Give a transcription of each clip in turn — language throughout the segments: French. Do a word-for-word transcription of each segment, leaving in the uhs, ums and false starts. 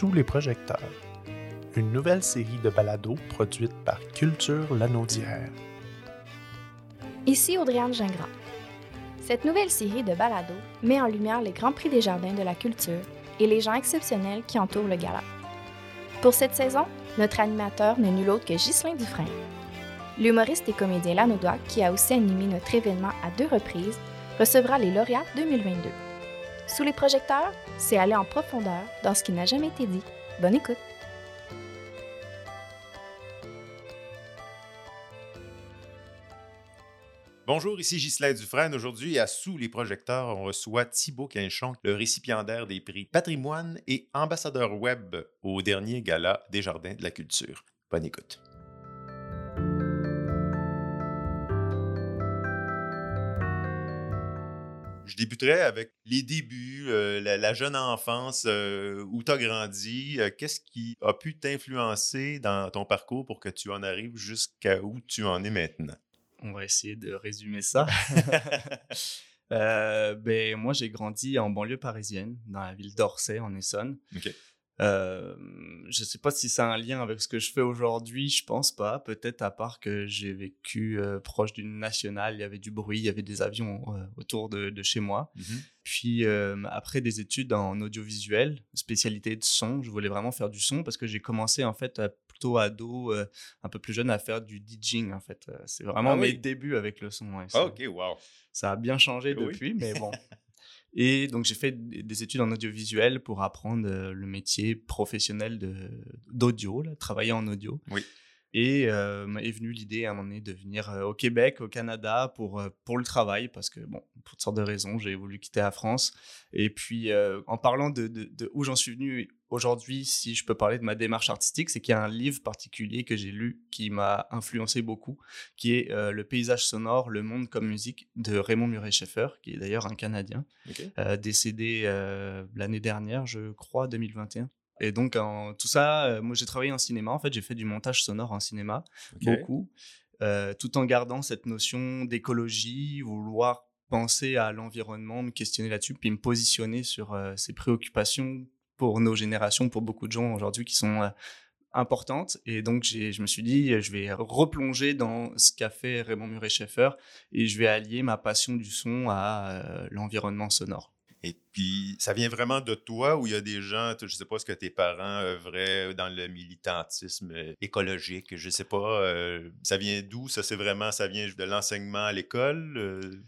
Sous les projecteurs, une nouvelle série de balados produite par Culture Lanaudière. Ici Audrey-Anne Gingras. Cette nouvelle série de balados met en lumière les grands prix des jardins de la culture et les gens exceptionnels qui entourent le gala. Pour cette saison, notre animateur n'est nul autre que Ghislain Dufresne. L'humoriste et comédien lanaudois, qui a aussi animé notre événement à deux reprises, recevra les lauréats deux mille vingt-deux. Sous les projecteurs, c'est aller en profondeur dans ce qui n'a jamais été dit. Bonne écoute! Bonjour, ici Ghislain Dufresne. Aujourd'hui, à Sous les projecteurs, on reçoit Thibaut Quinchon, le récipiendaire des prix Patrimoine et ambassadeur web au dernier gala des Jardins de la Culture. Bonne écoute. Je débuterai avec les débuts, euh, la, la jeune enfance, euh, où tu as grandi. Euh, qu'est-ce qui a pu t'influencer dans ton parcours pour que tu en arrives jusqu'à où tu en es maintenant? On va essayer de résumer ça. euh, ben, moi, j'ai grandi en banlieue parisienne, dans la ville d'Orsay, en Essonne. OK. Euh, je ne sais pas si ça a un lien avec ce que je fais aujourd'hui, je pense pas. Peut-être à part que j'ai vécu euh, proche d'une nationale, il y avait du bruit, il y avait des avions euh, autour de, de chez moi. Mm-hmm. Puis euh, après des études en audiovisuel, spécialité de son, je voulais vraiment faire du son parce que j'ai commencé en fait à, plutôt ado, euh, un peu plus jeune, à faire du DJing en fait. Euh, c'est vraiment Ah mes oui. débuts avec le son. Ouais, Ah, OK, wow. Ça a bien changé Oui. depuis, mais bon. Et donc, j'ai fait des études en audiovisuel pour apprendre euh, le métier professionnel de, d'audio, là, travailler en audio. Oui. Et euh, m'est venue l'idée à un moment donné de venir euh, au Québec, au Canada, pour, euh, pour le travail, parce que, bon, pour toutes sortes de raisons, j'ai voulu quitter la France. Et puis, euh, en parlant de, de, de où j'en suis venu aujourd'hui, si je peux parler de ma démarche artistique, c'est qu'il y a un livre particulier que j'ai lu qui m'a influencé beaucoup, qui est euh, Le paysage sonore, le monde comme musique de Raymond Murray-Schaeffer, qui est d'ailleurs un Canadien, Okay. euh, décédé euh, l'année dernière, je crois, deux mille vingt et un. Et donc, en, tout ça, euh, moi, j'ai travaillé en cinéma. En fait, j'ai fait du montage sonore en cinéma, okay. beaucoup, euh, tout en gardant cette notion d'écologie, vouloir penser à l'environnement, me questionner là-dessus, puis me positionner sur euh, ces préoccupations pour nos générations, pour beaucoup de gens aujourd'hui qui sont euh, importantes. Et donc, j'ai, je me suis dit, je vais replonger dans ce qu'a fait Raymond Murray-Schaeffer et je vais allier ma passion du son à euh, l'environnement sonore. Et puis, ça vient vraiment de toi ou il y a des gens, je ne sais pas, est-ce que tes parents œuvraient dans le militantisme écologique, je ne sais pas, euh, ça vient d'où? Ça, c'est vraiment, ça vient de l'enseignement à l'école? Euh...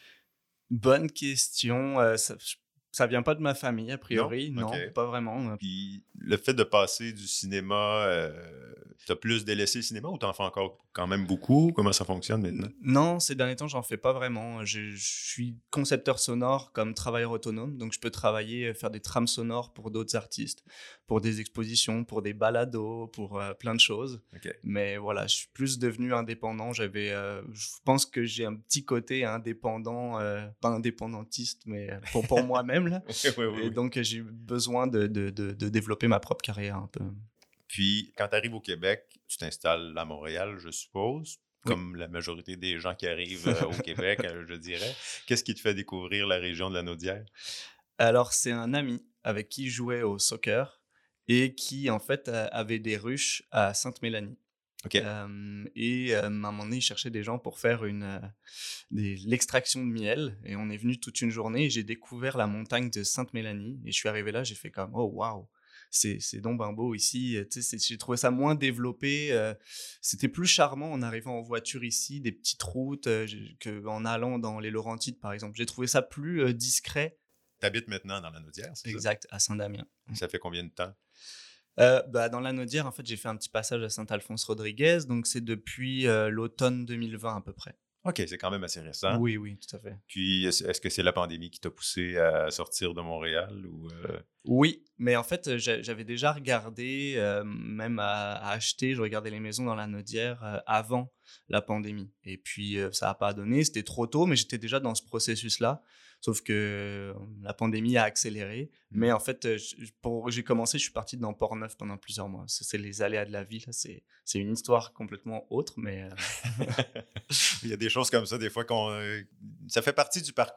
Bonne question. Euh, ça, ça vient pas de ma famille, a priori. Non, okay. non, pas vraiment. Puis, le fait de passer du cinéma, euh, t'as plus délaissé le cinéma ou t'en fais encore quand même beaucoup? Comment ça fonctionne maintenant? Non, ces derniers temps, j'en fais pas vraiment. Je, je suis concepteur sonore comme travailleur autonome, donc je peux travailler, faire des trames sonores pour d'autres artistes, pour des expositions, pour des balados, pour euh, plein de choses. Okay. Mais voilà, je suis plus devenu indépendant. J'avais, euh, je pense que j'ai un petit côté indépendant, euh, pas indépendantiste, mais pour, pour moi-même là. oui, oui, oui, Et donc j'ai eu besoin de, de, de, de développer ma propre carrière un peu. Puis, quand tu arrives au Québec, tu t'installes à Montréal, je suppose, comme oui. La majorité des gens qui arrivent euh, au Québec, je dirais. Qu'est-ce qui te fait découvrir la région de Lanaudière? Alors, c'est un ami avec qui je jouais au soccer et qui, en fait, avait des ruches à Sainte-Mélanie. Okay. Euh, et euh, à un moment donné, il cherchait des gens pour faire une, euh, des, l'extraction de miel. Et on est venu toute une journée et j'ai découvert la montagne de Sainte-Mélanie. Et je suis arrivé là, j'ai fait comme « Oh, waouh !» C'est, c'est donc ben beau ici, tu sais, j'ai trouvé ça moins développé, euh, c'était plus charmant en arrivant en voiture ici, des petites routes, euh, qu'en allant dans les Laurentides par exemple, j'ai trouvé ça plus euh, discret. T'habites maintenant dans Lanaudière, c'est exact, ça? à Saint-Damien. Ça fait combien de temps? Euh, bah, dans Lanaudière, en fait, j'ai fait un petit passage à Saint-Alphonse-Rodriguez, donc c'est depuis euh, l'automne deux mille vingt à peu près. OK, c'est quand même assez récent. Oui, oui, tout à fait. Puis, est-ce que c'est la pandémie qui t'a poussé à sortir de Montréal? Ou euh... Oui, mais en fait, j'avais déjà regardé, euh, même à, à acheter, je regardais les maisons dans Lanaudière euh, avant la pandémie. Et puis, euh, ça n'a pas donné, c'était trop tôt, mais j'étais déjà dans ce processus-là. Sauf que euh, la pandémie a accéléré. Mmh. Mais en fait, je, pour, j'ai commencé, je suis parti dans Port-Neuf pendant plusieurs mois. C'est, c'est les aléas de la vie. Là. C'est, c'est une histoire complètement autre, mais... Euh... Il y a des choses comme ça, des fois, qu'on, euh, ça fait partie du parcours.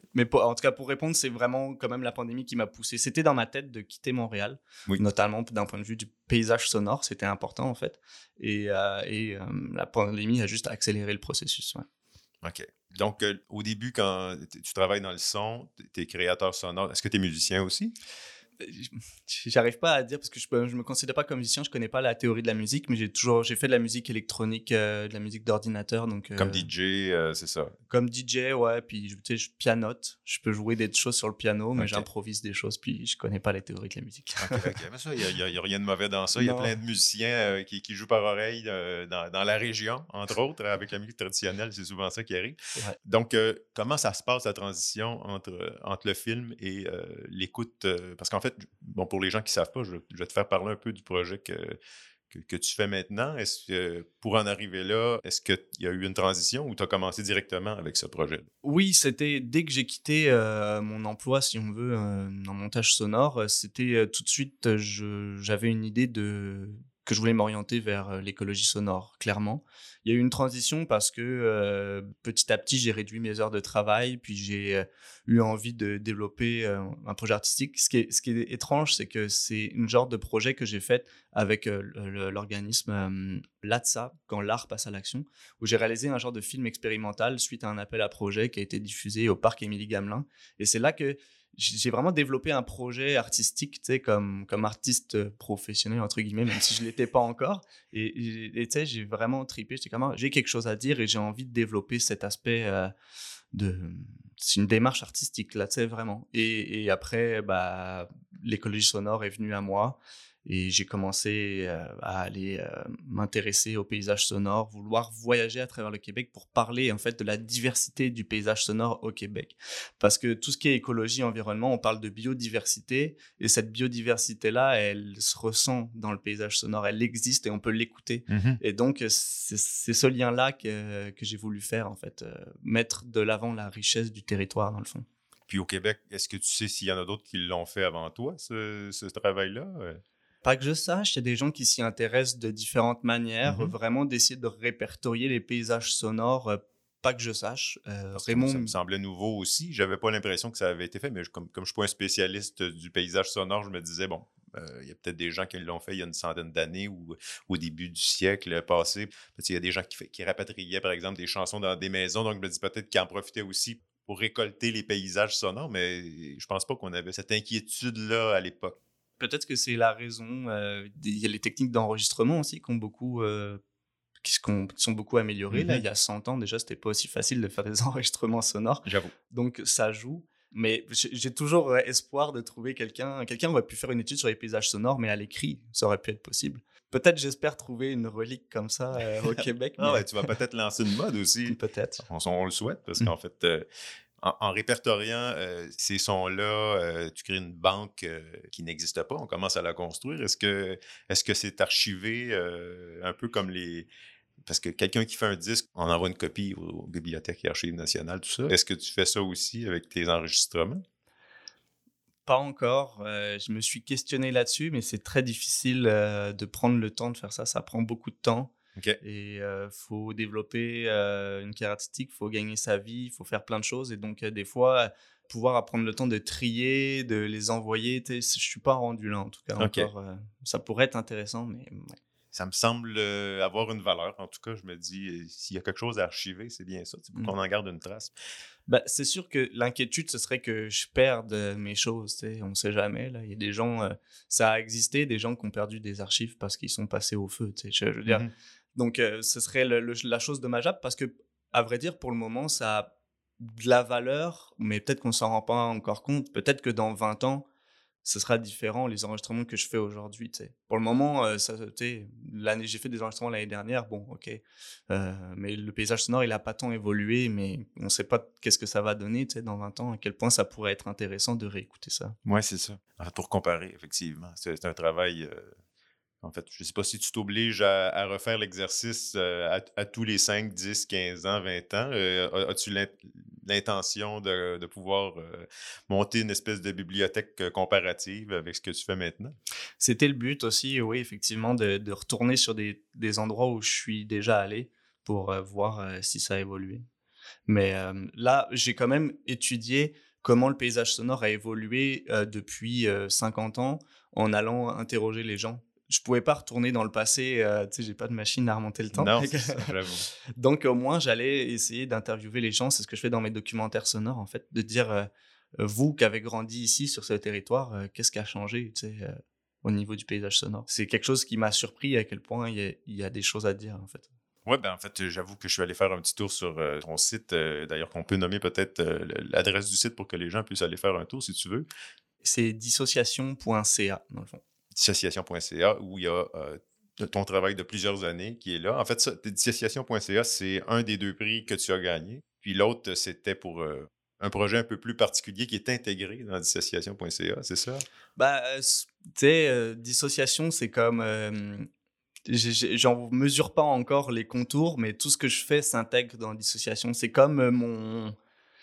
Mais pour, en tout cas, pour répondre, c'est vraiment quand même la pandémie qui m'a poussé. C'était dans ma tête de quitter Montréal, oui. notamment d'un point de vue du paysage sonore, c'était important en fait. Et, euh, et euh, la pandémie a juste accéléré le processus. Ouais. OK. Donc, euh, au début, quand tu travailles dans le son, tu es créateur sonore, est-ce que tu es musicien aussi? J'arrive pas à dire parce que je, je me considère pas comme musicien, je connais pas la théorie de la musique, mais j'ai toujours j'ai fait de la musique électronique, euh, de la musique d'ordinateur, donc euh, comme D J, euh, c'est ça. Comme D J, ouais. Puis tu sais, je pianote, je peux jouer des choses sur le piano, mais okay. j'improvise des choses, puis je connais pas les théories de la musique. Ok, ok. Mais ça, il y, y a rien de mauvais dans ça. Il y a plein de musiciens euh, qui, qui jouent par oreille euh, dans, dans la région, entre autres, avec la musique traditionnelle, c'est souvent ça qui arrive. Ouais. Donc, euh, comment ça se passe la transition entre entre le film et euh, l'écoute euh, parce qu'en fait, bon, pour les gens qui ne savent pas, je, je vais te faire parler un peu du projet que, que, que tu fais maintenant. Est-ce que, pour en arriver là, est-ce qu'il y a eu une transition ou tu as commencé directement avec ce projet? Oui, c'était dès que j'ai quitté euh, mon emploi, si on veut, euh, en montage sonore, c'était euh, tout de suite, je, j'avais une idée de... que je voulais m'orienter vers l'écologie sonore, clairement. Il y a eu une transition parce que euh, petit à petit, j'ai réduit mes heures de travail, puis j'ai euh, eu envie de développer euh, un projet artistique. Ce qui est, ce qui est étrange, c'est que c'est une genre de projet que j'ai fait avec euh, le, l'organisme euh, l'A T S A, quand l'art passe à l'action, où j'ai réalisé un genre de film expérimental suite à un appel à projet qui a été diffusé au parc Émilie-Gamelin. Et c'est là que j'ai vraiment développé un projet artistique, tu sais, comme, comme artiste professionnel, entre guillemets, même si je ne l'étais pas encore. Et tu sais, j'ai vraiment trippé. J'étais comme, j'ai quelque chose à dire et j'ai envie de développer cet aspect euh, de... C'est une démarche artistique, là, tu sais, vraiment. Et, et après, bah, l'écologie sonore est venue à moi. Et j'ai commencé euh, à aller euh, m'intéresser au paysage sonore, vouloir voyager à travers le Québec pour parler en fait de la diversité du paysage sonore au Québec. Parce que tout ce qui est écologie, environnement, on parle de biodiversité et cette biodiversité-là, elle se ressent dans le paysage sonore, elle existe et on peut l'écouter. Mm-hmm. Et donc, c'est, c'est ce lien-là que, que j'ai voulu faire en fait, euh, mettre de l'avant la richesse du territoire dans le fond. Puis au Québec, est-ce que tu sais s'il y en a d'autres qui l'ont fait avant toi, ce, ce travail-là? Pas que je sache, il y a des gens qui s'y intéressent de différentes manières, mm-hmm. vraiment d'essayer de répertorier les paysages sonores, euh, pas que je sache. Euh, Raymond... Ça me semblait nouveau aussi, j'avais pas l'impression que ça avait été fait, mais je, comme, comme je suis pas un spécialiste du paysage sonore, je me disais, bon, il euh, y a peut-être des gens qui l'ont fait il y a une centaine d'années ou au début du siècle passé. Il y a des gens qui, fait, qui rapatriaient, par exemple, des chansons dans des maisons, donc je me dis peut-être qu'ils en profitaient aussi pour récolter les paysages sonores, mais je pense pas qu'on avait cette inquiétude-là à l'époque. Peut-être que c'est la raison. Euh, il y a les techniques d'enregistrement aussi qui, ont beaucoup, euh, qui, sont, qui sont beaucoup améliorées. Mm-hmm. Là, il y a cent ans, déjà, c'était pas aussi facile de faire des enregistrements sonores. J'avoue. Donc, ça joue. Mais j'ai toujours espoir de trouver quelqu'un. Quelqu'un aurait pu faire une étude sur les paysages sonores, mais à l'écrit, ça aurait pu être possible. Peut-être, j'espère trouver une relique comme ça euh, au Québec. ah mais... ouais, tu vas peut-être lancer une mode aussi. Peut-être. On, on le souhaite, parce qu'en fait... Euh... En, en répertoriant euh, ces sons-là, euh, tu crées une banque euh, qui n'existe pas. On commence à la construire. Est-ce que, est-ce que c'est archivé euh, un peu comme les... Parce que quelqu'un qui fait un disque, on envoie une copie aux, aux bibliothèques et archives nationales, tout ça. Est-ce que tu fais ça aussi avec tes enregistrements? Pas encore. Euh, je me suis questionné là-dessus, mais c'est très difficile euh, de prendre le temps de faire ça. Ça prend beaucoup de temps. Okay. Et il euh, faut développer euh, une carrière artistique, il faut gagner sa vie, il faut faire plein de choses. Et donc, euh, des fois, pouvoir prendre le temps de trier, de les envoyer, je ne suis pas rendu là, en tout cas. Okay. Encore, euh, ça pourrait être intéressant, mais... Ouais. Ça me semble euh, avoir une valeur. En tout cas, je me dis, euh, s'il y a quelque chose à archiver, c'est bien ça, pour mmh. qu'on en garde une trace. Ben, c'est sûr que l'inquiétude, ce serait que je perde mes choses. On ne sait jamais. Là. Il y a des gens, euh, ça a existé, des gens qui ont perdu des archives parce qu'ils sont passés au feu. Je, je veux dire... Mmh. Donc, euh, ce serait le, le, la chose dommageable parce que, à vrai dire, pour le moment, ça a de la valeur, mais peut-être qu'on ne s'en rend pas encore compte. Peut-être que dans vingt ans, ce sera différent, les enregistrements que je fais aujourd'hui. T'sais. Pour le moment, euh, ça, l'année, j'ai fait des enregistrements l'année dernière, bon, ok. Euh, mais le paysage sonore, il n'a pas tant évolué, mais on ne sait pas qu'est-ce que ça va donner dans vingt ans, à quel point ça pourrait être intéressant de réécouter ça. Oui, c'est ça. Pour comparer, effectivement. C'est, c'est un travail... Euh... En fait, je ne sais pas si tu t'obliges à, à refaire l'exercice euh, à, à tous les cinq, dix, quinze ans, vingt ans. Euh, as-tu l'intention de, de pouvoir euh, monter une espèce de bibliothèque comparative avec ce que tu fais maintenant? C'était le but aussi, oui, effectivement, de, de retourner sur des, des endroits où je suis déjà allé pour euh, voir euh, si ça a évolué. Mais euh, là, j'ai quand même étudié comment le paysage sonore a évolué euh, depuis euh, cinquante ans en allant interroger les gens. Je pouvais pas retourner dans le passé, euh, tu sais, j'ai pas de machine à remonter le temps. Non, c'est ça, j'avoue. Donc au moins, j'allais essayer d'interviewer les gens. C'est ce que je fais dans mes documentaires sonores, en fait, de dire, euh, vous qui avez grandi ici, sur ce territoire, euh, qu'est-ce qui a changé, tu sais, euh, au niveau du paysage sonore. C'est quelque chose qui m'a surpris à quel point il y a, il y a des choses à dire, en fait. Oui, ben en fait, j'avoue que je suis allé faire un petit tour sur euh, ton site. Euh, d'ailleurs, qu'on peut nommer peut-être euh, l'adresse du site pour que les gens puissent aller faire un tour, si tu veux. C'est dissociation point c a, dans le fond. dissociation point c a, où il y a euh, ton travail de plusieurs années qui est là. En fait, ça, dissociation point c a, c'est un des deux prix que tu as gagné. Puis l'autre, c'était pour euh, un projet un peu plus particulier qui est intégré dans dissociation point c a, c'est ça? Bah, euh, tu sais, euh, dissociation, c'est comme... Euh, j'en mesure pas encore les contours, mais tout ce que je fais s'intègre dans dissociation. C'est comme euh, mon...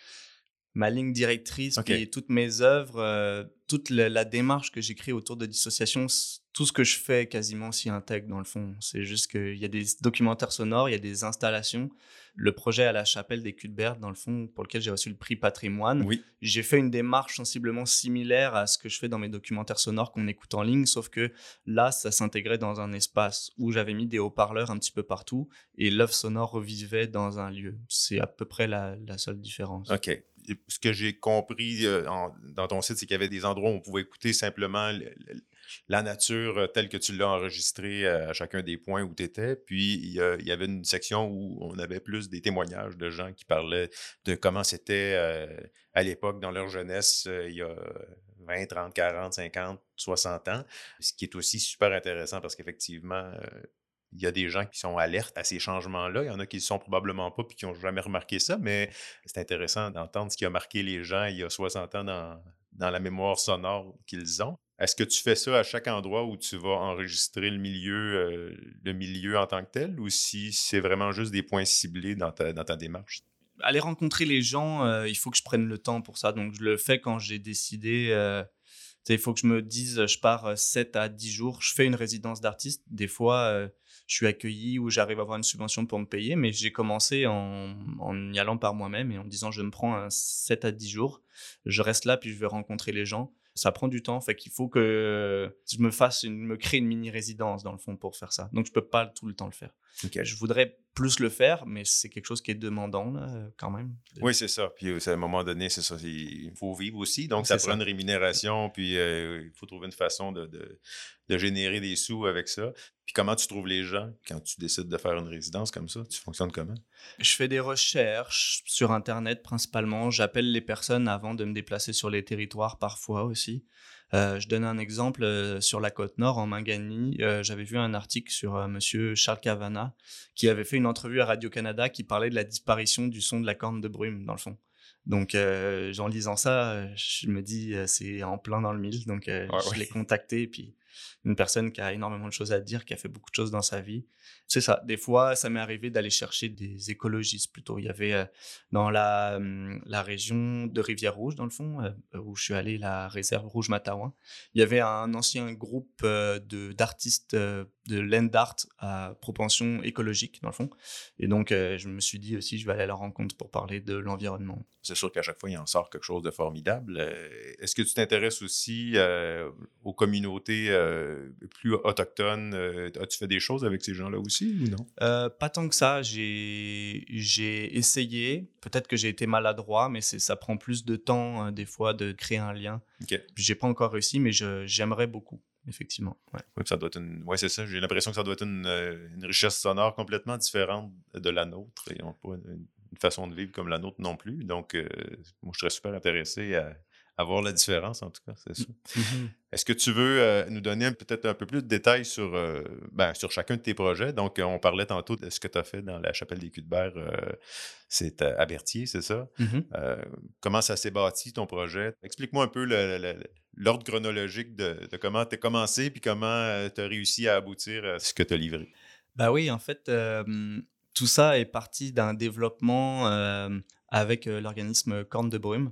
ma ligne directrice, okay. Puis toutes mes œuvres, euh, toute la, la démarche que j'écris autour de dissociation, tout ce que je fais quasiment s'y intègre dans le fond. C'est juste qu'il y a des documentaires sonores, il y a des installations. Le projet à la chapelle des Cuthbert, dans le fond, pour lequel j'ai reçu le prix Patrimoine, oui. J'ai fait une démarche sensiblement similaire à ce que je fais dans mes documentaires sonores qu'on écoute en ligne, sauf que là, ça s'intégrait dans un espace où j'avais mis des haut-parleurs un petit peu partout et l'œuvre sonore revivait dans un lieu. C'est à peu près la, la seule différence. OK. Ce que j'ai compris euh, en, dans ton site, c'est qu'il y avait des endroits où on pouvait écouter simplement le, le, la nature euh, telle que tu l'as enregistrée à, à chacun des points où tu étais. Puis, il, euh, il y avait une section où on avait plus des témoignages de gens qui parlaient de comment c'était euh, à l'époque, dans leur jeunesse, euh, il y a vingt, trente, quarante, cinquante, soixante ans. Ce qui est aussi super intéressant parce qu'effectivement... Euh, il y a des gens qui sont alertes à ces changements-là. Il y en a qui ne sont probablement pas et qui n'ont jamais remarqué ça, mais c'est intéressant d'entendre ce qui a marqué les gens il y a soixante ans dans, dans la mémoire sonore qu'ils ont. Est-ce que tu fais ça à chaque endroit où tu vas enregistrer le milieu, euh, le milieu en tant que tel, ou si c'est vraiment juste des points ciblés dans ta, dans ta démarche? Aller rencontrer les gens, euh, il faut que je prenne le temps pour ça. Donc, je le fais quand j'ai décidé... Euh... Il faut que je me dise, je pars sept à dix jours. Je fais une résidence d'artiste. Des fois, euh, je suis accueilli ou j'arrive à avoir une subvention pour me payer, mais j'ai commencé en, en y allant par moi-même et en me disant, je me prends un sept à dix jours. Je reste là, puis je vais rencontrer les gens. Ça prend du temps, fait qu'il faut que je me fasse une, me crée une mini-résidence, dans le fond, pour faire ça. Donc, je peux pas tout le temps le faire. Okay. Je voudrais plus le faire, mais c'est quelque chose qui est demandant, là, quand même. Oui, c'est ça. Puis, à un moment donné, c'est ça. Il faut vivre aussi. Donc, ça prend une rémunération, puis euh, il faut trouver une façon de, de, de générer des sous avec ça. Puis, comment tu trouves les gens quand tu décides de faire une résidence comme ça? Tu fonctionnes comment? Je fais des recherches sur Internet, principalement. J'appelle les personnes avant de me déplacer sur les territoires, parfois aussi. Euh, je donne un exemple, euh, sur la Côte-Nord, en Mangani, euh, j'avais vu un article sur euh, monsieur Charles Cavana qui avait fait une entrevue à Radio-Canada qui parlait de la disparition du son de la corne de brume, dans le fond. Donc, euh, en lisant ça, je me dis, euh, c'est en plein dans le mille. Donc, euh, ouais, je ouais. l'ai contacté, puis une personne qui a énormément de choses à dire, qui a fait beaucoup de choses dans sa vie. C'est ça. Des fois, ça m'est arrivé d'aller chercher des écologistes plutôt. Il y avait euh, dans la, euh, la région de Rivière-Rouge, dans le fond, euh, où je suis allé, la réserve Rouge-Matawan, il y avait un ancien groupe euh, de, d'artistes euh, de land art à propension écologique, dans le fond. Et donc, euh, je me suis dit aussi, je vais aller à leur rencontre pour parler de l'environnement. C'est sûr qu'à chaque fois, il en sort quelque chose de formidable. Euh, est-ce que tu t'intéresses aussi euh, aux communautés euh, plus autochtones? Euh, as-tu fait des choses avec ces gens-là aussi ou non? Euh, pas tant que ça. J'ai, j'ai essayé. Peut-être que j'ai été maladroit, mais c'est, ça prend plus de temps, euh, des fois, de créer un lien. Okay. J'ai pas encore réussi, mais je, j'aimerais beaucoup. Effectivement. Ouais. Oui, ça doit être une... ouais, c'est ça. J'ai l'impression que ça doit être une, une richesse sonore complètement différente de la nôtre. Ils n'ont pas une, une façon de vivre comme la nôtre non plus. Donc, euh, moi, je serais super intéressé à, à voir la différence, en tout cas, c'est ça. Mm-hmm. Est-ce que tu veux euh, nous donner peut-être un peu plus de détails sur, euh, ben, sur chacun de tes projets? Donc, on parlait tantôt de ce que tu as fait dans la chapelle des Cuthbert. Euh, c'est à Berthier, c'est ça? Mm-hmm. Euh, comment ça s'est bâti, ton projet? Explique-moi un peu le, le, l'ordre chronologique de, de comment tu as commencé puis comment tu as réussi à aboutir à ce que tu as livré. Ben oui, en fait, euh, tout ça est parti d'un développement euh, avec euh, l'organisme Corne de Brume.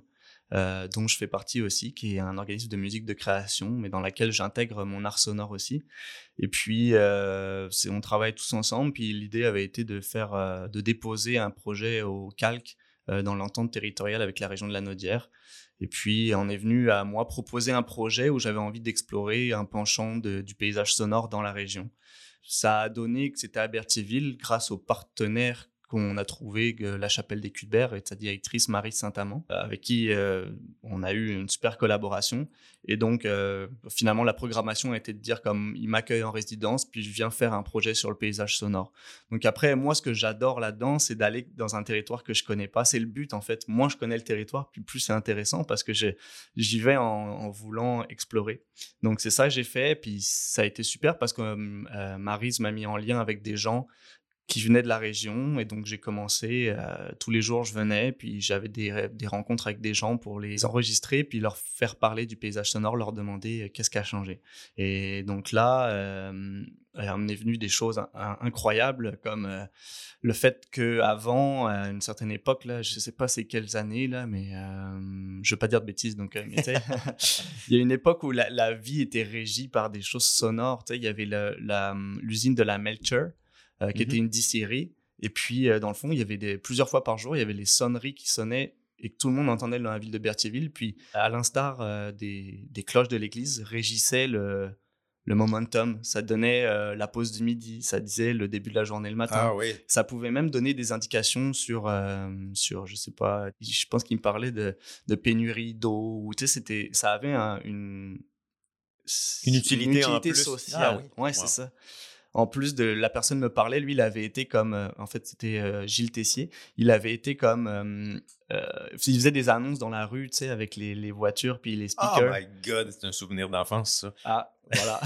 euh, dont je fais partie aussi, qui est un organisme de musique de création, mais dans laquelle j'intègre mon art sonore aussi. Et puis, euh, c'est, on travaille tous ensemble. Puis l'idée avait été de faire, euh, de déposer un projet au calque euh, dans l'entente territoriale avec la région de la Naudière. Et puis, on est venu à moi proposer un projet où j'avais envie d'explorer un penchant de, du paysage sonore dans la région. Ça a donné que c'était à Berthierville, grâce aux partenaires qu'on a trouvé, la Chapelle des Cuthberts et sa directrice Marie Saint-Amand, avec qui euh, on a eu une super collaboration. Et donc, euh, finalement, la programmation a été de dire comme il m'accueille en résidence, puis je viens faire un projet sur le paysage sonore. Donc après, moi, ce que j'adore là-dedans, c'est d'aller dans un territoire que je connais pas. C'est le but, en fait. Moins je connais le territoire, puis plus c'est intéressant parce que j'ai, j'y vais en, en voulant explorer. Donc c'est ça que j'ai fait, puis ça a été super parce que euh, Maryse m'a mis en lien avec des gens qui venaient de la région, et donc j'ai commencé, euh, tous les jours je venais, puis j'avais des, des rencontres avec des gens pour les enregistrer, puis leur faire parler du paysage sonore, leur demander euh, qu'est-ce qui a changé. Et donc là, euh, on est venu des choses in- incroyables, comme euh, le fait qu'avant, à une certaine époque, là, je ne sais pas c'est quelles années, là, mais euh, je ne veux pas dire de bêtises, donc euh, mais, il y a une époque où la, la vie était régie par des choses sonores. Il y avait le, la, l'usine de la Melcher, Euh, qui mm-hmm. était une distillerie. Et puis, euh, dans le fond, il y avait des, plusieurs fois par jour, il y avait les sonneries qui sonnaient et que tout le monde entendait dans la ville de Berthierville. Puis, à l'instar euh, des, des cloches de l'église, régissait le, le momentum. Ça donnait euh, la pause du midi, ça disait le début de la journée le matin. Ah, oui. Ça pouvait même donner des indications sur, euh, sur je sais pas, je pense qu'il me parlait de, de pénurie d'eau. Ou, tu sais, c'était, ça avait un, une, une utilité, une utilité en plus. sociale. Ah, oui. Ouais, wow. C'est ça. En plus de la personne me parlait, lui, il avait été comme, euh, en fait, c'était euh, Gilles Tessier. Il avait été comme, euh, euh, il faisait des annonces dans la rue, tu sais, avec les, les voitures puis les speakers. Oh my God, c'est un souvenir d'enfance, ça. Ah, voilà.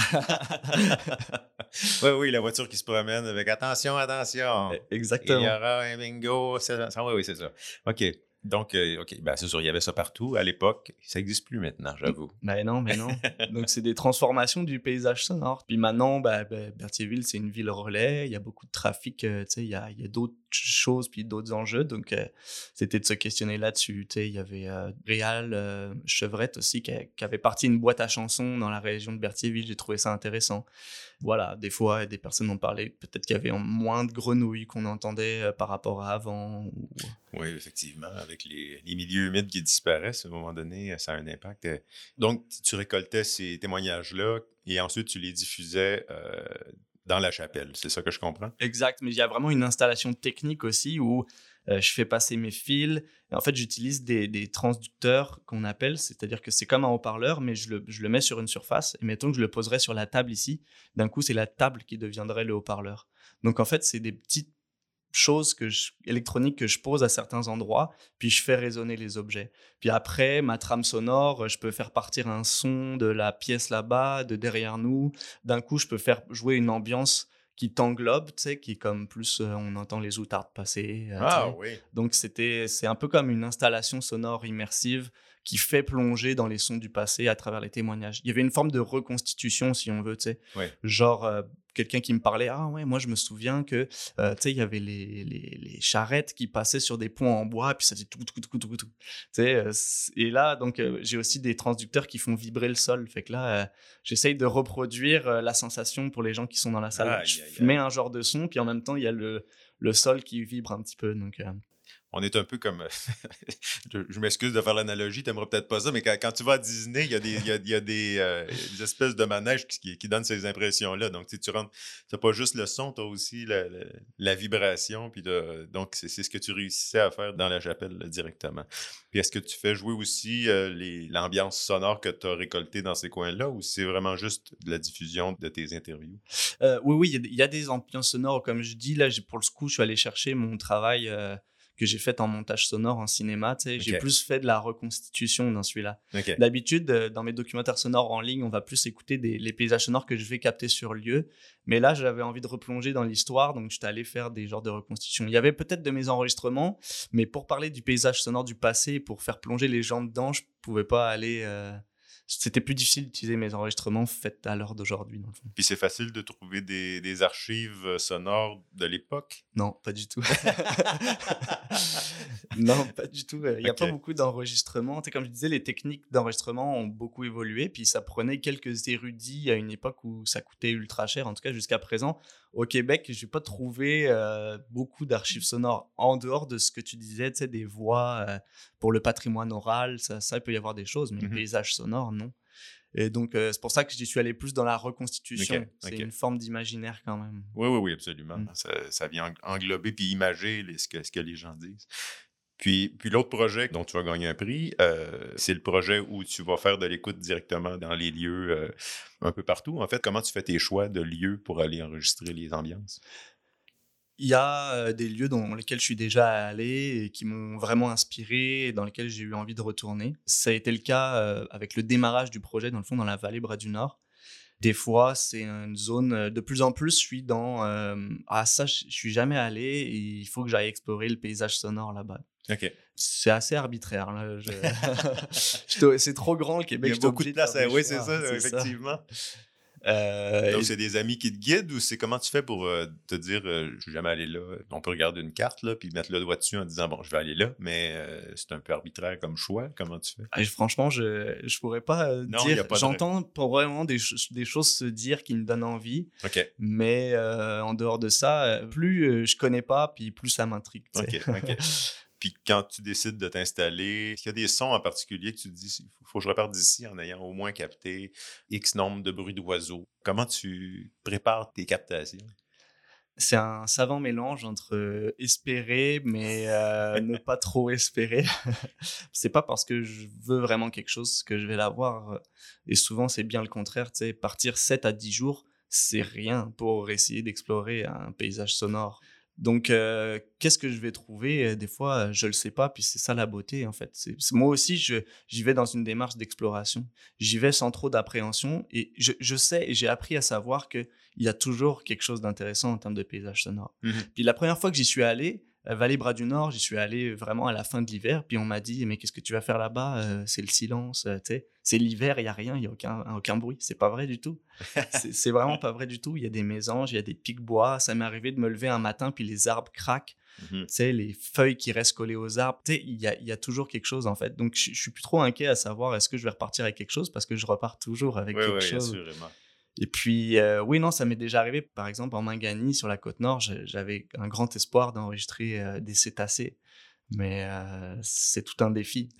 Oui, oui, la voiture qui se promène avec attention, attention. Exactement. Il y aura un bingo. C'est ça. Oui, oui, c'est ça. OK. Donc, euh, OK, ben, c'est sûr, il y avait ça partout à l'époque. Ça n'existe plus maintenant, j'avoue. Ben non, mais non. Donc, c'est des transformations du paysage sonore. Puis maintenant, ben, ben, Berthierville, c'est une ville relais. Il y a beaucoup de trafic. Euh, tu sais, il y a, il y a d'autres choses puis d'autres enjeux. Donc, euh, c'était de se questionner là-dessus. Tu sais, il y avait euh, Réal euh, Chevrette aussi qui, a, qui avait parti une boîte à chansons dans la région de Berthierville. J'ai trouvé ça intéressant. Voilà, des fois, des personnes ont parlé. Peut-être qu'il y avait moins de grenouilles qu'on entendait euh, par rapport à avant. Ou... Oui, effectivement, avec les, les milieux humides qui disparaissent, à un moment donné, ça a un impact. Donc, tu récoltais ces témoignages-là et ensuite tu les diffusais euh, dans la chapelle, c'est ça que je comprends? Exact, mais il y a vraiment une installation technique aussi où euh, je fais passer mes fils. Et en fait, j'utilise des, des transducteurs qu'on appelle, c'est-à-dire que c'est comme un haut-parleur, mais je le, je le mets sur une surface. Et mettons que je le poserais sur la table ici, d'un coup, c'est la table qui deviendrait le haut-parleur. Donc, en fait, c'est des petites choses que je, électroniques que je pose à certains endroits, puis je fais résonner les objets. Puis après, ma trame sonore, je peux faire partir un son de la pièce là-bas, de derrière nous. D'un coup, je peux faire jouer une ambiance qui t'englobe, tu sais, qui est comme plus, euh, on entend les outardes passer. Euh, ah oui. Donc, c'était, c'est un peu comme une installation sonore immersive qui fait plonger dans les sons du passé à travers les témoignages. Il y avait une forme de reconstitution, si on veut, tu sais. Oui. Genre, euh, quelqu'un qui me parlait, ah ouais, moi je me souviens que, euh, tu sais, il y avait les, les, les charrettes qui passaient sur des ponts en bois, puis ça faisait tout, tout, tout, tout, tout, tout. Tu sais, euh, et là, donc, euh, j'ai aussi des transducteurs qui font vibrer le sol. Fait que là, euh, j'essaye de reproduire euh, la sensation pour les gens qui sont dans la salle. Ah, je yeah, mets yeah. un genre de son, puis en même temps, il y a le, le sol qui vibre un petit peu, donc... Euh... On est un peu comme... je, je m'excuse de faire l'analogie, tu n'aimerais peut-être pas ça, mais quand, quand tu vas à Disney, il y a des, il y a, il y a des, euh, des espèces de manèges qui, qui donnent ces impressions-là. Donc, tu sais, tu rentres... Tu n'as pas juste le son, tu as aussi la, la, la vibration. Puis de, donc, c'est, c'est ce que tu réussissais à faire dans la chapelle là, directement. Puis est-ce que tu fais jouer aussi euh, les, l'ambiance sonore que tu as récoltée dans ces coins-là, ou c'est vraiment juste de la diffusion de tes interviews? Euh, oui, oui, il y, y a des ambiances sonores. Comme je dis, là, j'ai, pour le coup, je suis allé chercher mon travail... Euh... que j'ai fait en montage sonore en cinéma, tu sais, okay. J'ai plus fait de la reconstitution dans celui-là. Okay. D'habitude, euh, dans mes documentaires sonores en ligne, on va plus écouter des, les paysages sonores que je vais capter sur lieu, mais là, j'avais envie de replonger dans l'histoire, donc j'étais allé faire des genres de reconstitution. Il y avait peut-être de mes enregistrements, mais pour parler du paysage sonore du passé, pour faire plonger les gens dedans, je pouvais pas aller... Euh... c'était plus difficile d'utiliser mes enregistrements faits à l'heure d'aujourd'hui, dans le fond. Puis c'est facile de trouver des, des archives sonores de l'époque? Non, pas du tout. Non, pas du tout. Il n'y a Ok. pas beaucoup d'enregistrements. Tu sais, comme je disais, les techniques d'enregistrement ont beaucoup évolué, puis ça prenait quelques érudits à une époque où ça coûtait ultra cher. En tout cas, jusqu'à présent, au Québec, je n'ai pas trouvé euh, beaucoup d'archives sonores. En dehors de ce que tu disais, tu sais, des voix euh, pour le patrimoine oral, ça, ça, il peut y avoir des choses, mais Mhm. le paysage sonore, non. Et donc, euh, c'est pour ça que j'y suis allé plus dans la reconstitution. Ok, C'est ok. une forme d'imaginaire quand même. Oui, oui, oui, absolument. Mm. Ça, ça vient eng- englober puis imager les- ce, que, ce que les gens disent. Puis, puis l'autre projet dont tu vas gagner un prix, euh, c'est le projet où tu vas faire de l'écoute directement dans les lieux euh, un peu partout. En fait, comment tu fais tes choix de lieux pour aller enregistrer les ambiances? Il y a euh, des lieux dans lesquels je suis déjà allé et qui m'ont vraiment inspiré et dans lesquels j'ai eu envie de retourner. Ça a été le cas euh, avec le démarrage du projet, dans le fond, dans la vallée Bras du Nord. Des fois, c'est une zone, euh, de plus en plus, je suis dans euh, ah, ça, je je suis jamais allé et il faut que j'aille explorer le paysage sonore là-bas. OK. C'est assez arbitraire. Là. Je... je te- C'est trop grand le Il Québec. y a j'étais beaucoup de obligé place. faire à- des Oui, c'est choix, ça, c'est effectivement. Euh, Donc, et- c'est des amis qui te guident ou c'est comment tu fais pour euh, te dire euh, je suis jamais allé là? On peut regarder une carte là, puis mettre le doigt dessus en disant bon, je vais aller là, mais euh, c'est un peu arbitraire comme choix. Comment tu fais? Ah, je- franchement, je je pourrais pas euh, Non, y a dire. pas de- J'entends pour vraiment des, ch- des choses se dire qui me donnent envie, OK. mais euh, en dehors de ça, euh, plus euh, je connais pas, puis plus ça m'intrigue. tu sais. OK, OK. Puis quand tu décides de t'installer, est-ce qu'il y a des sons en particulier que tu te dis il faut, faut que je reparte d'ici en ayant au moins capté X nombre de bruits d'oiseaux? Comment tu prépares tes captations? C'est un savant mélange entre euh, espérer, mais euh, ne pas trop espérer. C'est pas parce que je veux vraiment quelque chose que je vais l'avoir. Et souvent, c'est bien le contraire. Tu sais, partir sept à dix jours, c'est rien pour essayer d'explorer un paysage sonore. Donc, euh, qu'est-ce que je vais trouver? Euh, Des fois, euh, je le sais pas, puis c'est ça la beauté, en fait. C'est, c'est- moi aussi, je, j'y vais dans une démarche d'exploration. J'y vais sans trop d'appréhension, et je, je sais, et j'ai appris à savoir que il y a toujours quelque chose d'intéressant en termes de paysage sonore. Mhm. Puis la première fois que j'y suis allé, à Vallée Bras du Nord, j'y suis allé vraiment à la fin de l'hiver, puis on m'a dit, mais qu'est-ce que tu vas faire là-bas? Euh, c'est le silence, euh, tu sais. C'est l'hiver, il n'y a rien, il n'y a aucun, aucun bruit. C'est pas vrai du tout. C'est, c'est vraiment pas vrai du tout. Il y a des mésanges, il y a des pics-bois. Ça m'est arrivé de me lever un matin, puis les arbres craquent. Mhm. Tu sais, les feuilles qui restent collées aux arbres. Tu sais, il y a, il y a toujours quelque chose, en fait. Donc, je, je suis plus trop inquiet à savoir est-ce que je vais repartir avec quelque chose, parce que je repars toujours avec Oui, quelque oui, chose. assurément. Et puis, euh, oui, non, ça m'est déjà arrivé. Par exemple, en Mangani, sur la côte nord, je- j'avais un grand espoir d'enregistrer euh, des cétacés. Mais euh, c'est tout un défi.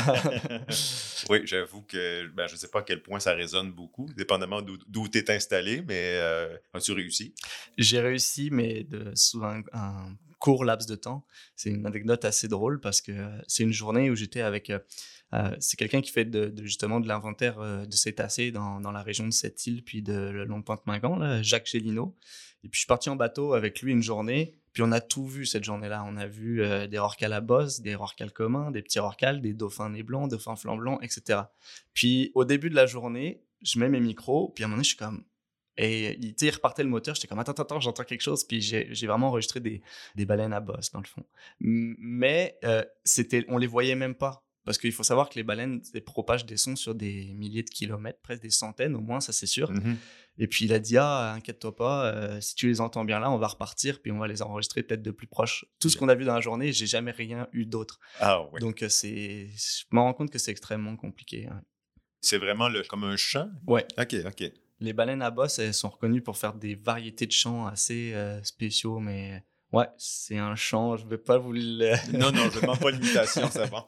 Oui, j'avoue que ben, je ne sais pas à quel point ça résonne beaucoup, dépendamment d'où, d'où tu es installé, mais euh, as-tu réussi? J'ai réussi, mais de, sous un, un court laps de temps. C'est une anecdote assez drôle parce que euh, c'est une journée où j'étais avec... euh, euh, c'est quelqu'un qui fait de, de, justement de l'inventaire euh, de cétacés dans, dans la région de Sept-Îles, puis de le long Pointe-Mingan, là, Jacques Gélineau. Et puis je suis parti en bateau avec lui une journée, puis on a tout vu cette journée-là. On a vu euh, des rorquals à bosse, des rorquals communs, des petits rorquals, des dauphins nez blancs, dauphins flancs blancs, et cetera. Puis au début de la journée, je mets mes micros, puis à un moment donné, je suis comme... Et il, tu sais, il repartait le moteur, j'étais comme attends, attends, attends, j'entends quelque chose, puis j'ai, j'ai vraiment enregistré des, des baleines à bosse dans le fond. M- Mais euh, c'était, on les voyait même pas, parce qu'il faut savoir que les baleines elles propagent des sons sur des milliers de kilomètres, presque des centaines au moins, ça c'est sûr. Mhm. Et puis il a dit ah, inquiète-toi pas, euh, si tu les entends bien là, on va repartir, puis on va les enregistrer peut-être de plus proche. Tout ce qu'on a vu dans la journée, j'ai jamais rien eu d'autre. Ah oui. Donc euh, c'est, je me rends compte que c'est extrêmement compliqué. Hein. C'est vraiment le, comme un chant? Ouais. OK, OK. Les baleines à bosse, elles sont reconnues pour faire des variétés de chants assez euh, spéciaux, mais ouais, c'est un chant, je vais pas vous le... Non, non, je ne demande pas l'imitation, c'est bon.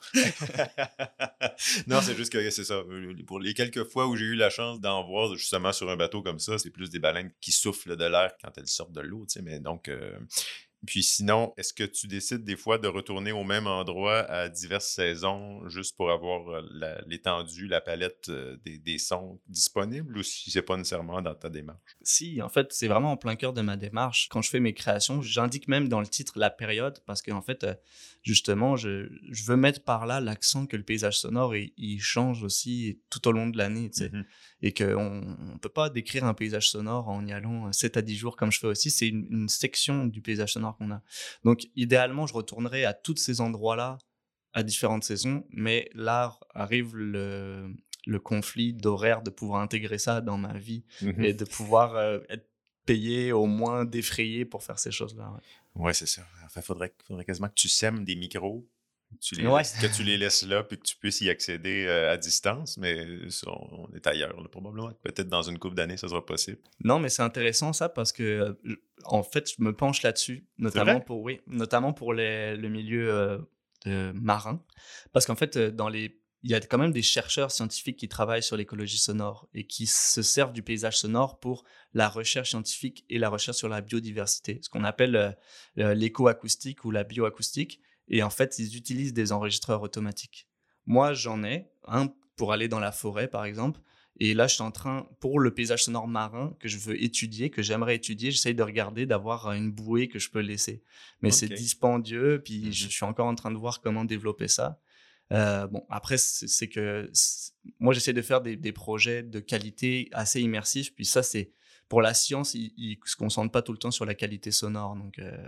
Non, c'est juste que c'est ça. Pour les quelques fois où j'ai eu la chance d'en voir justement sur un bateau comme ça, c'est plus des baleines qui soufflent de l'air quand elles sortent de l'eau, tu sais, mais donc... euh, Puis sinon, est-ce que tu décides des fois de retourner au même endroit à diverses saisons juste pour avoir euh, la- l'étendue, la palette euh, des, des sons disponibles ou si c'est pas nécessairement dans ta démarche? Si, en fait, c'est vraiment en plein cœur de ma démarche. Quand je fais mes créations, j'indique même dans le titre la période parce qu'en fait, euh, justement, je, je veux mettre par là l'accent que le paysage sonore, il, il change aussi tout au long de l'année, tu sais. Mhm. Et qu'on ne peut pas décrire un paysage sonore en y allant sept à dix jours comme je fais aussi. C'est une, une section du paysage sonore qu'on a. Donc, idéalement, je retournerai à tous ces endroits-là à différentes saisons, mais là arrive le, le conflit d'horaire de pouvoir intégrer ça dans ma vie Mhm. et de pouvoir euh, être payé, au moins défrayé pour faire ces choses-là. Ouais, Ouais, c'est ça. Enfin, faudrait, faudrait quasiment que tu sèmes des micros, que tu les, Ouais. laisses, que tu les laisses là, puis que tu puisses y accéder euh, à distance, mais ça, on est ailleurs, là, probablement. Peut-être dans une couple d'années, ça sera possible. Non, mais c'est intéressant ça parce que, euh, je- en fait, je me penche là-dessus, notamment vrai? pour, oui, notamment pour les- le milieu euh, de marin. Parce qu'en fait, euh, dans les, il y a quand même des chercheurs scientifiques qui travaillent sur l'écologie sonore et qui se servent du paysage sonore pour la recherche scientifique et la recherche sur la biodiversité, ce qu'on appelle euh, euh, l'écoacoustique ou la bioacoustique. Et en fait, ils utilisent des enregistreurs automatiques. Moi, j'en ai un pour aller dans la forêt, par exemple. Et là, je suis en train, pour le paysage sonore marin que je veux étudier, que j'aimerais étudier, j'essaye de regarder, d'avoir une bouée que je peux laisser. Mais c'est Ok. dispendieux, puis Mhm. je suis encore en train de voir comment développer ça. Euh, bon, après, c'est c'est que c'est- moi, j'essaie de faire des, des projets de qualité assez immersifs. Puis ça, c'est pour la science, ils ne se concentrent pas tout le temps sur la qualité sonore. Donc, euh,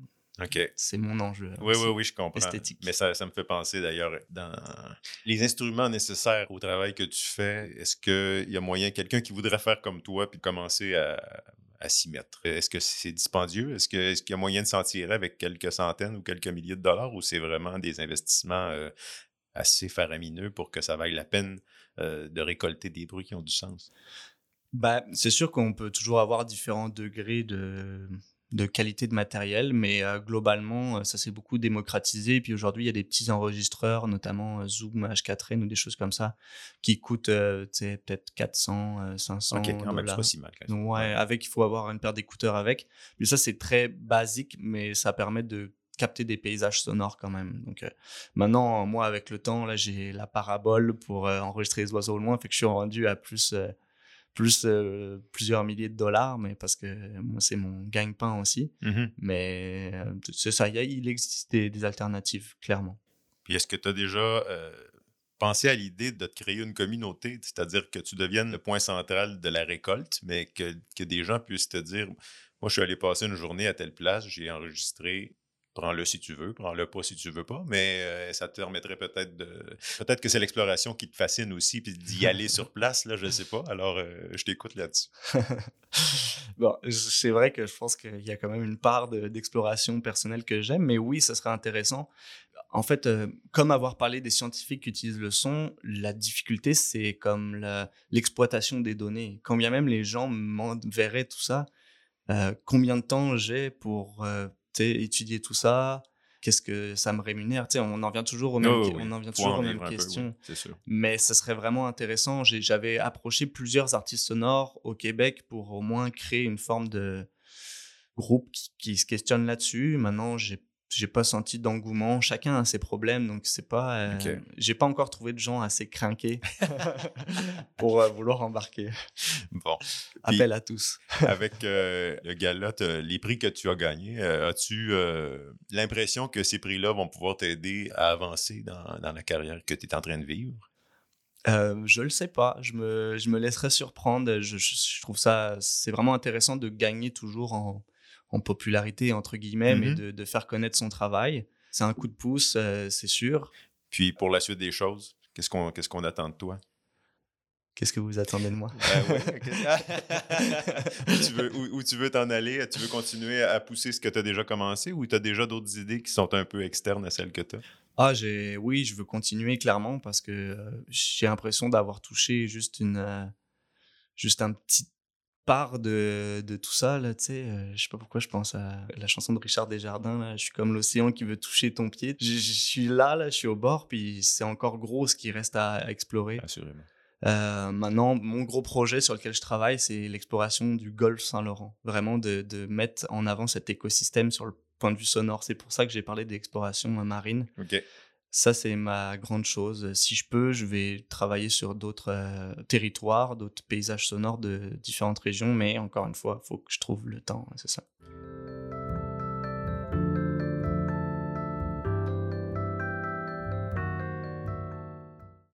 OK. c'est mon enjeu Oui, aussi, oui, oui, je comprends. esthétique. Mais ça, ça me fait penser d'ailleurs, dans les instruments nécessaires au travail que tu fais, est-ce qu'il y a moyen, quelqu'un qui voudrait faire comme toi puis commencer à, à s'y mettre? Est-ce que c'est dispendieux? Est-ce que, est-ce qu'il y a moyen de s'en tirer avec quelques centaines ou quelques milliers de dollars ou c'est vraiment des investissements euh, assez faramineux pour que ça vaille la peine euh, de récolter des bruits qui ont du sens? Bah, c'est sûr qu'on peut toujours avoir différents degrés de, de qualité de matériel, mais euh, globalement, euh, ça s'est beaucoup démocratisé. Et puis aujourd'hui, il y a des petits enregistreurs, notamment euh, Zoom H quatre N ou des choses comme ça, qui coûtent euh, tu sais, peut-être quatre cents, euh, cinq cents OK, quand même, c'est dollars. pas si mal. Quand même. Donc, ouais, avec, il faut avoir une paire d'écouteurs avec. Mais ça, c'est très basique, mais ça permet de capter des paysages sonores quand même. Donc euh, maintenant, moi, avec le temps, là, j'ai la parabole pour euh, enregistrer les oiseaux au loin, fait que je suis rendu à plus... euh, plus euh, plusieurs milliers de dollars, mais parce que moi, c'est mon gagne-pain aussi. Mhm. Mais euh, c'est ça, y a, il existe des, des alternatives, clairement. Puis est-ce que tu as déjà euh, pensé à l'idée de te créer une communauté, c'est-à-dire que tu deviennes le point central de la récolte, mais que, que des gens puissent te dire, moi je suis allé passer une journée à telle place, j'ai enregistré, prends-le si tu veux, prends-le pas si tu veux pas, mais euh, ça te permettrait peut-être de... Peut-être que c'est l'exploration qui te fascine aussi, puis d'y aller sur place, là, je sais pas, alors euh, je t'écoute là-dessus. Bon, c'est vrai que je pense qu'il y a quand même une part de, d'exploration personnelle que j'aime, mais oui, ça serait intéressant. En fait, euh, comme avoir parlé des scientifiques qui utilisent le son, la difficulté, c'est comme la, l'exploitation des données. Quand bien même les gens m'enverraient tout ça, euh, combien de temps j'ai pour euh, étudier tout ça? Qu'est-ce que ça me rémunère? T'sais, on en vient toujours aux mêmes, Oh, que- oui, on en vient faut toujours en aux vivre mêmes un peu, oui, questions. c'est sûr. Mais ce serait vraiment intéressant. J'ai- J'avais approché plusieurs artistes sonores au Québec pour au moins créer une forme de groupe qui, qui se questionne là-dessus. Maintenant, j'ai j'ai pas senti d'engouement. Chacun a ses problèmes, donc c'est pas. Euh, OK. J'ai pas encore trouvé de gens assez crinqués pour euh, vouloir embarquer. Bon. Puis, Appel à tous. avec euh, le gala, t'as- les prix que tu as gagnés, euh, as-tu euh, l'impression que ces prix-là vont pouvoir t'aider à avancer dans, dans la carrière que tu es en train de vivre? Euh, je le sais pas. Je me, je me laisserai surprendre. Je, je, je trouve ça, c'est vraiment intéressant de gagner toujours en, en popularité, entre guillemets, mais Mhm. de, de faire connaître son travail. C'est un coup de pouce, euh, c'est sûr. Puis pour la suite des choses, qu'est-ce qu'on qu'est-ce qu'on attend de toi? Qu'est-ce que vous attendez de moi? Ben oui. où, tu veux, où, où tu veux t'en aller? Tu veux continuer à pousser ce que tu as déjà commencé ou tu as déjà d'autres idées qui sont un peu externes à celles que tu as? Ah, j'ai, oui, je veux continuer clairement parce que euh, j'ai l'impression d'avoir touché juste une, euh, juste un petit part de, de tout ça là, tu sais. Euh, je sais pas pourquoi je pense à la chanson de Richard Desjardins là. Je suis comme l'océan qui veut toucher ton pied. Je, je suis là, là, je suis au bord, puis c'est encore gros ce qui reste à, à explorer. Assurément. Euh, maintenant, mon gros projet sur lequel je travaille, c'est l'exploration du golfe Saint-Laurent. Vraiment de, de mettre en avant cet écosystème sur le point de vue sonore. C'est pour ça que j'ai parlé d'exploration marine. OK. Ça, c'est ma grande chose. Si je peux, je vais travailler sur d'autres euh, territoires, d'autres paysages sonores de différentes régions, mais encore une fois, il faut que je trouve le temps, c'est ça.